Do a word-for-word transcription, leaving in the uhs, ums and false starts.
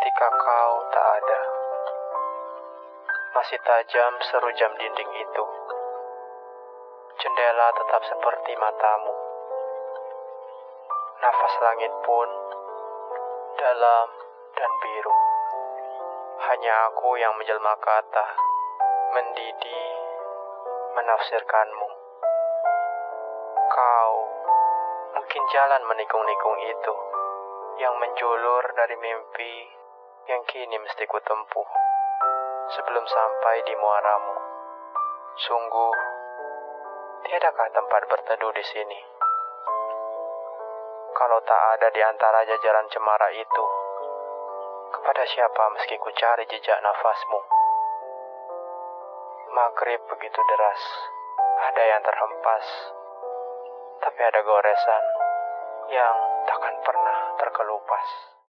ketika kau tak ada. Masih tajam seru jam dinding itu. Jendela tetap seperti matamu. Nafas langit pun dalam dan biru. Hanya aku yang menjelma kata, mendidih, menafsirkanmu. Kau mungkin jalan menikung-nikung itu, yang menjulur dari mimpi yang kini mesti kutempuh sebelum sampai di muaramu. Sungguh, tiadakah tempat berteduh di sini? Kalau tak ada di antara jajaran cemara itu, kepada siapa meski ku cari jejak nafasmu? Maghrib begitu deras, ada yang terhempas, tapi ada goresan yang takkan pernah terkelupas.